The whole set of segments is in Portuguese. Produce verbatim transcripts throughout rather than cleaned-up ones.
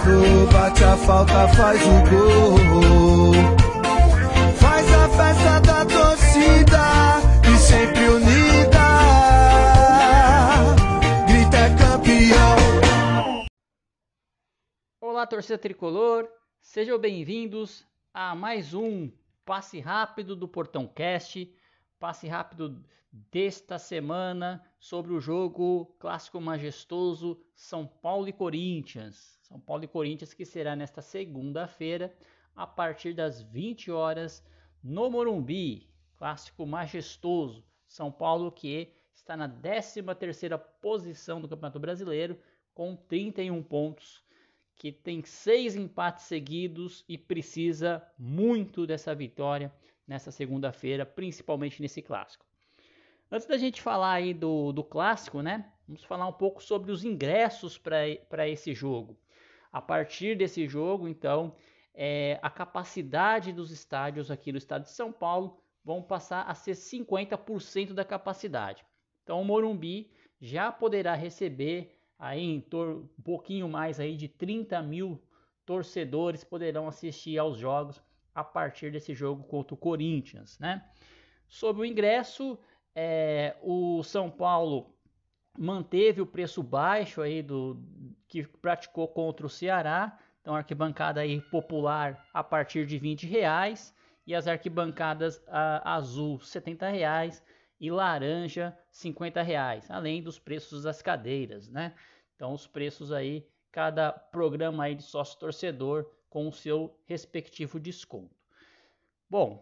entrou, bate a falta, faz o gol. Faz a festa da torcida e sempre unida. Grita é campeão. Olá, torcida tricolor, sejam bem-vindos a mais um Passe Rápido do Portão Cast. Passe rápido desta semana sobre o jogo clássico majestoso São Paulo e Corinthians. São Paulo e Corinthians que será nesta segunda-feira a partir das vinte horas no Morumbi. Clássico majestoso. São Paulo que está na décima terceira posição do Campeonato Brasileiro com trinta e um pontos, que tem seis empates seguidos e precisa muito dessa vitória nessa segunda-feira, principalmente nesse clássico. Antes da gente falar aí do, do clássico, né? Vamos falar um pouco sobre os ingressos para esse jogo. A partir desse jogo, então, é, a capacidade dos estádios aqui no estado de São Paulo vão passar a ser cinquenta por cento da capacidade. Então o Morumbi já poderá receber aí em torno, um pouquinho mais aí de trinta mil torcedores poderão assistir aos jogos a partir desse jogo contra o Corinthians, né? Sobre o ingresso, é, o São Paulo manteve o preço baixo aí do que praticou contra o Ceará. Então, arquibancada aí popular a partir de vinte reais e as arquibancadas a, azul setenta reais e laranja cinquenta reais, além dos preços das cadeiras, né? Então, os preços aí, cada programa aí de sócio torcedor com o seu respectivo desconto. Bom,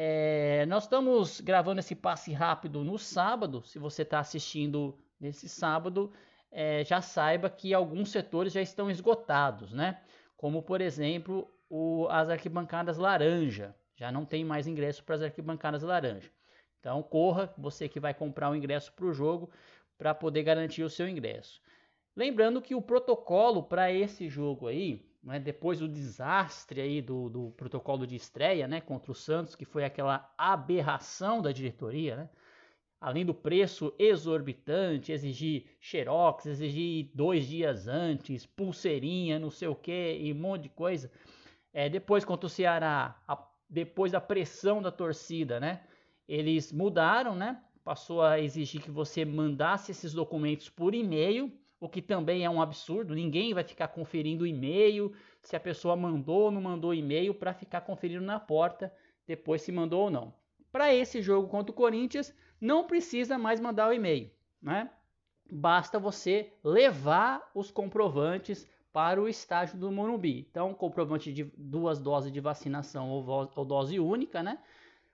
é, nós estamos gravando esse passe rápido no sábado. Se você está assistindo nesse sábado, é, já saiba que alguns setores já estão esgotados, né? Como, por exemplo, o, as arquibancadas laranja. Já não tem mais ingresso para as arquibancadas laranja. Então, corra, você que vai comprar o ingresso para o jogo, para poder garantir o seu ingresso. Lembrando que o protocolo para esse jogo aí, né, depois do desastre aí do, do protocolo de estreia, né, contra o Santos, que foi aquela aberração da diretoria, né, além do preço exorbitante, exigir xerox, exigir dois dias antes, pulseirinha, não sei o que, e um monte de coisa. É, depois contra o Ceará, a, depois da pressão da torcida, né, eles mudaram, né, passou a exigir que você mandasse esses documentos por e-mail, o que também é um absurdo. Ninguém vai ficar conferindo o e-mail, se a pessoa mandou ou não mandou e-mail, para ficar conferindo na porta depois se mandou ou não. Para esse jogo contra o Corinthians, não precisa mais mandar o e-mail, né? Basta você levar os comprovantes para o estádio do Morumbi. Então, comprovante de duas doses de vacinação ou, ou dose única, né?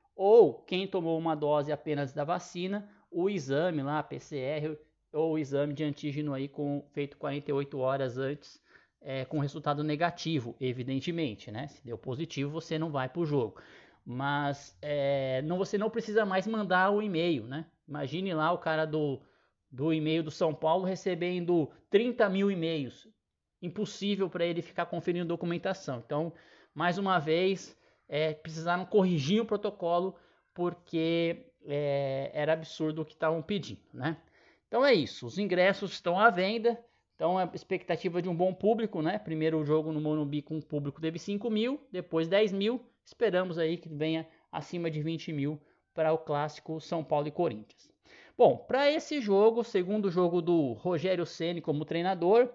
Ou quem tomou uma dose apenas da vacina, o exame lá, P C R, ou o exame de antígeno aí com, feito quarenta e oito horas antes, é, com resultado negativo, evidentemente, né? Se deu positivo, você não vai para o jogo. Mas é, não, você não precisa mais mandar o e-mail, né? Imagine lá o cara do, do e-mail do São Paulo recebendo trinta mil e-mails. Impossível para ele ficar conferindo documentação. Então, mais uma vez, é, precisaram corrigir o protocolo porque é, era absurdo o que estavam pedindo, né? Então é isso, os ingressos estão à venda, então a expectativa de um bom público, né? Primeiro jogo no Morumbi com o público teve cinco mil, depois dez mil, esperamos aí que venha acima de vinte mil para o clássico São Paulo e Corinthians. Bom, para esse jogo, segundo jogo do Rogério Ceni como treinador,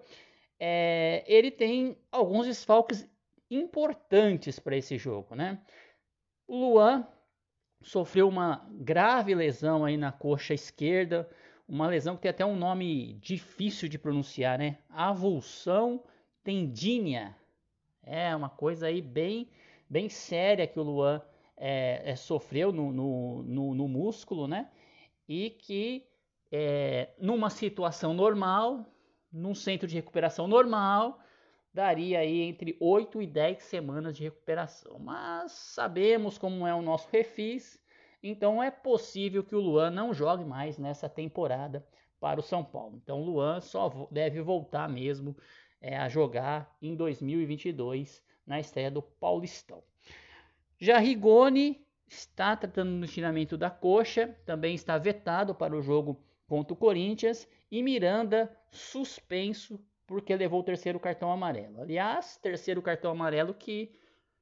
é, ele tem alguns desfalques importantes para esse jogo, né? O Luan sofreu uma grave lesão aí na coxa esquerda, uma lesão que tem até um nome difícil de pronunciar, né? Avulsão tendínea. É uma coisa aí bem, bem séria que o Luan é, é, sofreu no, no, no, no músculo, né? E que é, numa situação normal, num centro de recuperação normal, daria aí entre oito e dez semanas de recuperação. Mas sabemos como é o nosso refis. Então é possível que o Luan não jogue mais nessa temporada para o São Paulo. Então o Luan só deve voltar mesmo é, a jogar em dois mil e vinte e dois na estreia do Paulistão. Já Rigoni está tratando do estiramento da coxa, também está vetado para o jogo contra o Corinthians. E Miranda suspenso porque levou o terceiro cartão amarelo. Aliás, terceiro cartão amarelo que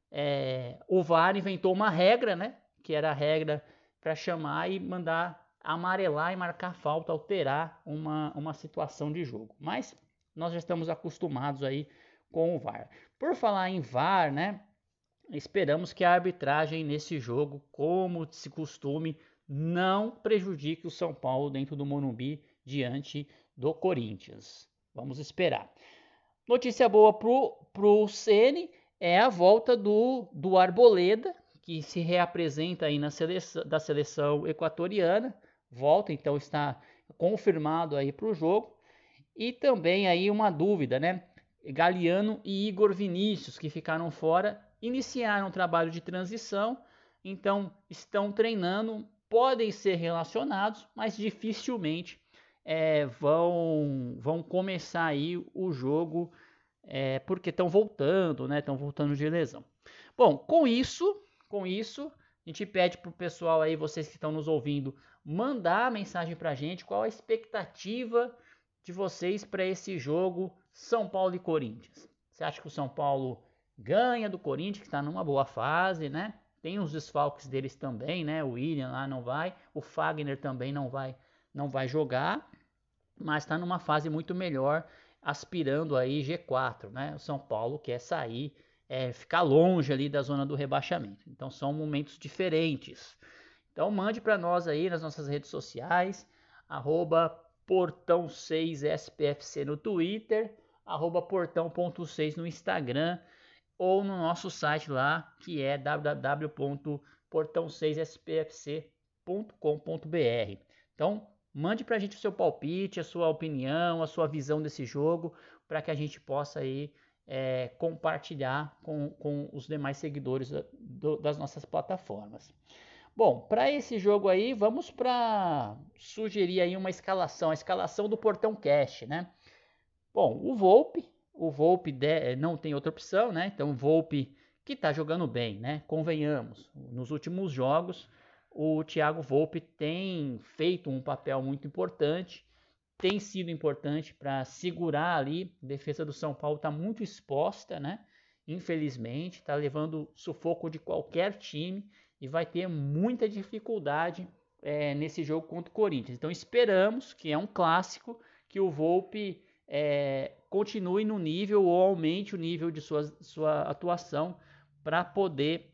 é, o V A R inventou uma regra, né? Que era a regra para chamar e mandar amarelar e marcar falta, alterar uma, uma situação de jogo. Mas nós já estamos acostumados aí com o V A R. Por falar em V A R, né? Esperamos que a arbitragem nesse jogo, como se costume, não prejudique o São Paulo dentro do Morumbi diante do Corinthians. Vamos esperar. Notícia boa pro, pro Ceni é a volta do, do Arboleda, que se reapresenta aí na seleção, da seleção equatoriana. Volta, então está confirmado aí para o jogo. E também aí uma dúvida, né? Galiano e Igor Vinícius, que ficaram fora, iniciaram um trabalho de transição, então estão treinando, podem ser relacionados, mas dificilmente é, vão, vão começar aí o jogo, é, porque estão voltando, né? Estão voltando de lesão. Bom, com isso, com isso, a gente pede para o pessoal aí, vocês que estão nos ouvindo, mandar a mensagem para a gente, qual a expectativa de vocês para esse jogo São Paulo e Corinthians. Você acha que o São Paulo ganha do Corinthians, que está numa boa fase, né? Tem os desfalques deles também, né? O William lá não vai, o Fagner também não vai, não vai jogar, mas está numa fase muito melhor, aspirando aí G quatro, né? O São Paulo quer sair, é, ficar longe ali da zona do rebaixamento. Então são momentos diferentes. Então mande para nós aí nas nossas redes sociais, arroba portão seis S P F C no Twitter, arroba portão ponto seis no Instagram, ou no nosso site lá, que é w w w ponto portão seis s p f c ponto com ponto b r. Então, mande pra gente o seu palpite, a sua opinião, a sua visão desse jogo, para que a gente possa aí é, compartilhar com, com os demais seguidores do, das nossas plataformas. Bom, para esse jogo aí, vamos para sugerir aí uma escalação, a escalação do Portão Cast, né? Bom, o Volpi, o Volpi de, não tem outra opção, né? Então o Volpi que tá jogando bem, né? Convenhamos, nos últimos jogos o Thiago Volpi tem feito um papel muito importante, tem sido importante para segurar ali, a defesa do São Paulo está muito exposta, né? Infelizmente, está levando sufoco de qualquer time e vai ter muita dificuldade é, nesse jogo contra o Corinthians. Então esperamos, que é um clássico, que o Volpi é, continue no nível ou aumente o nível de sua, sua atuação para poder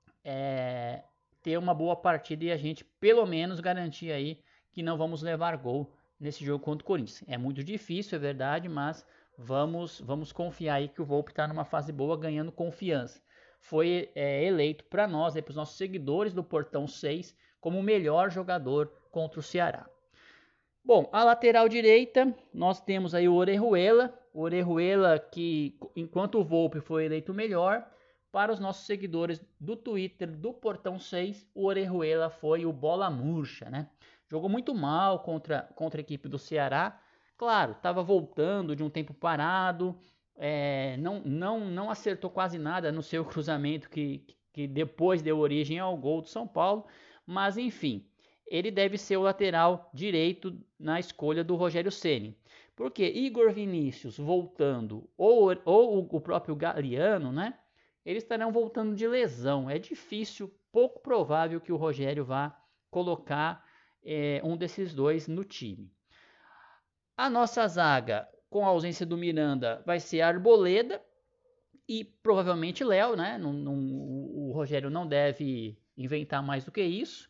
é, ter uma boa partida e a gente pelo menos garantir aí que não vamos levar gol nesse jogo contra o Corinthians. É muito difícil, é verdade, mas vamos, vamos confiar aí que o Volpi está numa fase boa, ganhando confiança. Foi é, eleito para nós, para os nossos seguidores do Portão seis, como o melhor jogador contra o Ceará. Bom, a lateral direita, nós temos aí o Orejuela, o Orejuela que, enquanto o Volpi foi eleito o melhor, para os nossos seguidores do Twitter do Portão seis, o Orejuela foi o bola murcha, né? Jogou muito mal contra, contra a equipe do Ceará, claro, estava voltando de um tempo parado, é, não, não, não acertou quase nada no seu cruzamento que, que depois deu origem ao gol do São Paulo, mas enfim, ele deve ser o lateral direito na escolha do Rogério Ceni. Porque Igor Vinícius voltando, ou, ou o próprio Galiano, né? Eles estarão voltando de lesão. É difícil, pouco provável que o Rogério vá colocar é, um desses dois no time. A nossa zaga, com a ausência do Miranda, vai ser Arboleda e provavelmente Léo, né? Não, não, o Rogério não deve inventar mais do que isso.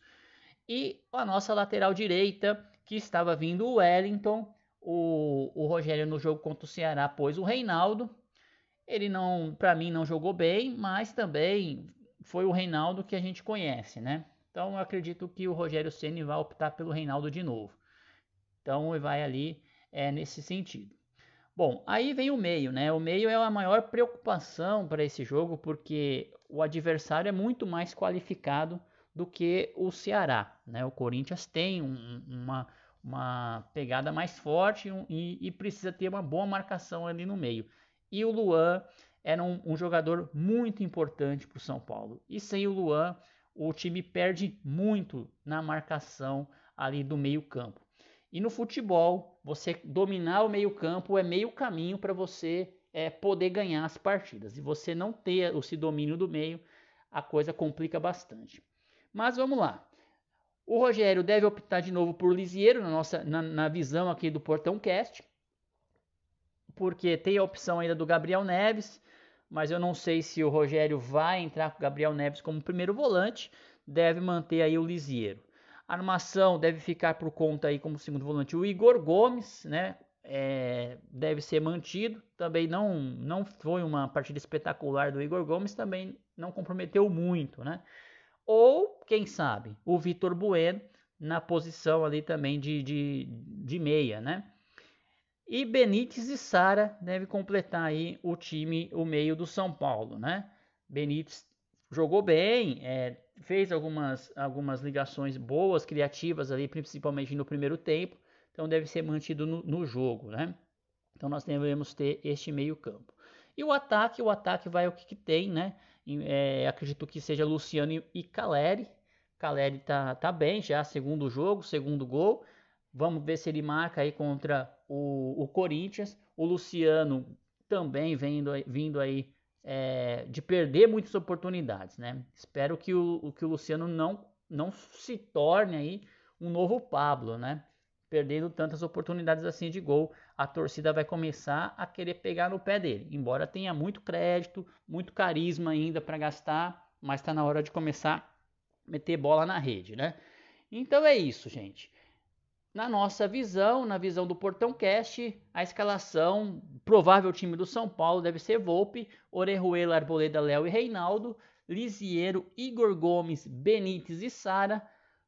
E a nossa lateral direita, que estava vindo o Wellington, o, o Rogério no jogo contra o Ceará pôs o Reinaldo. Ele não, para mim, não jogou bem, mas também foi o Reinaldo que a gente conhece, né? Então eu acredito que o Rogério Ceni vai optar pelo Reinaldo de novo. Então ele vai ali é, nesse sentido. Bom, aí vem o meio, né? O meio é a maior preocupação para esse jogo, porque o adversário é muito mais qualificado do que o Ceará, né? O Corinthians tem um, uma, uma pegada mais forte e, e precisa ter uma boa marcação ali no meio. E o Luan era um, um jogador muito importante para o São Paulo. E sem o Luan, o time perde muito na marcação ali do meio campo. E no futebol, você dominar o meio-campo é meio caminho para você é, poder ganhar as partidas. E você não ter esse domínio do meio, a coisa complica bastante. Mas vamos lá. O Rogério deve optar de novo por Lisiero na, nossa, na, na visão aqui do Portão Cast, porque tem a opção ainda do Gabriel Neves, mas eu não sei se o Rogério vai entrar com o Gabriel Neves como primeiro volante, deve manter aí o Lisiero. A armação deve ficar por conta aí como segundo volante o Igor Gomes, né? É, deve ser mantido. Também não, não foi uma partida espetacular do Igor Gomes, também não comprometeu muito, né? Ou, quem sabe, o Vitor Bueno na posição ali também de, de, de meia, né? E Benítez e Sara deve completar aí o time, o meio do São Paulo, né? Benítez jogou bem, é, fez algumas, algumas ligações boas, criativas ali, principalmente no primeiro tempo. Então deve ser mantido no, no jogo, né? Então nós devemos ter este meio campo. E o ataque, o ataque vai o que, que tem, né? É, acredito que seja Luciano e Caleri. Caleri tá, tá bem, já segundo jogo, segundo gol. Vamos ver se ele marca aí contra o, o Corinthians. O Luciano também vindo, vindo aí é, de perder muitas oportunidades, né? Espero que o, que o Luciano não, não se torne aí um novo Pablo, né? Perdendo tantas oportunidades assim de gol, a torcida vai começar a querer pegar no pé dele. Embora tenha muito crédito, muito carisma ainda para gastar, mas está na hora de começar a meter bola na rede, né? Então é isso, gente. Na nossa visão, na visão do Portão Cast, a escalação, provável time do São Paulo deve ser Volpi, Orejuela, Arboleda, Léo e Reinaldo, Lisiero, Igor Gomes, Benítez e Sara,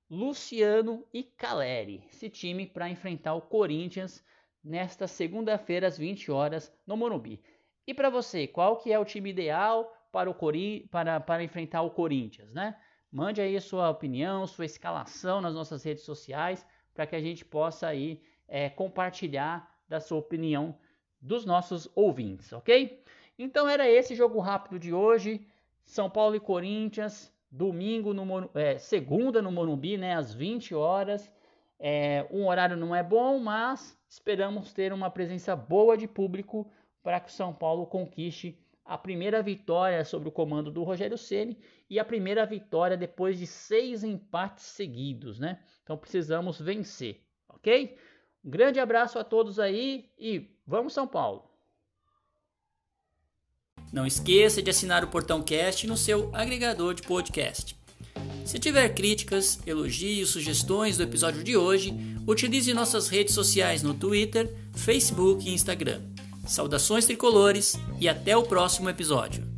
Luciano e Caleri. Esse time para enfrentar o Corinthians nesta segunda-feira às vinte horas no Morumbi. E para você, qual que é o time ideal para, o Cori- para, para enfrentar o Corinthians, né? Mande aí a sua opinião, sua escalação nas nossas redes sociais, para que a gente possa aí é, compartilhar da sua opinião dos nossos ouvintes, ok? Então era esse jogo rápido de hoje, São Paulo e Corinthians, domingo, no, é, segunda no Morumbi, né, às vinte horas, é, um horário não é bom, mas esperamos ter uma presença boa de público para que o São Paulo conquiste a primeira vitória sob o comando do Rogério Ceni e a primeira vitória depois de seis empates seguidos, né? Então precisamos vencer, ok? Um grande abraço a todos aí e vamos São Paulo! Não esqueça de assinar o Portão Cast no seu agregador de podcast. Se tiver críticas, elogios, sugestões do episódio de hoje, utilize nossas redes sociais no Twitter, Facebook e Instagram. Saudações tricolores e até o próximo episódio.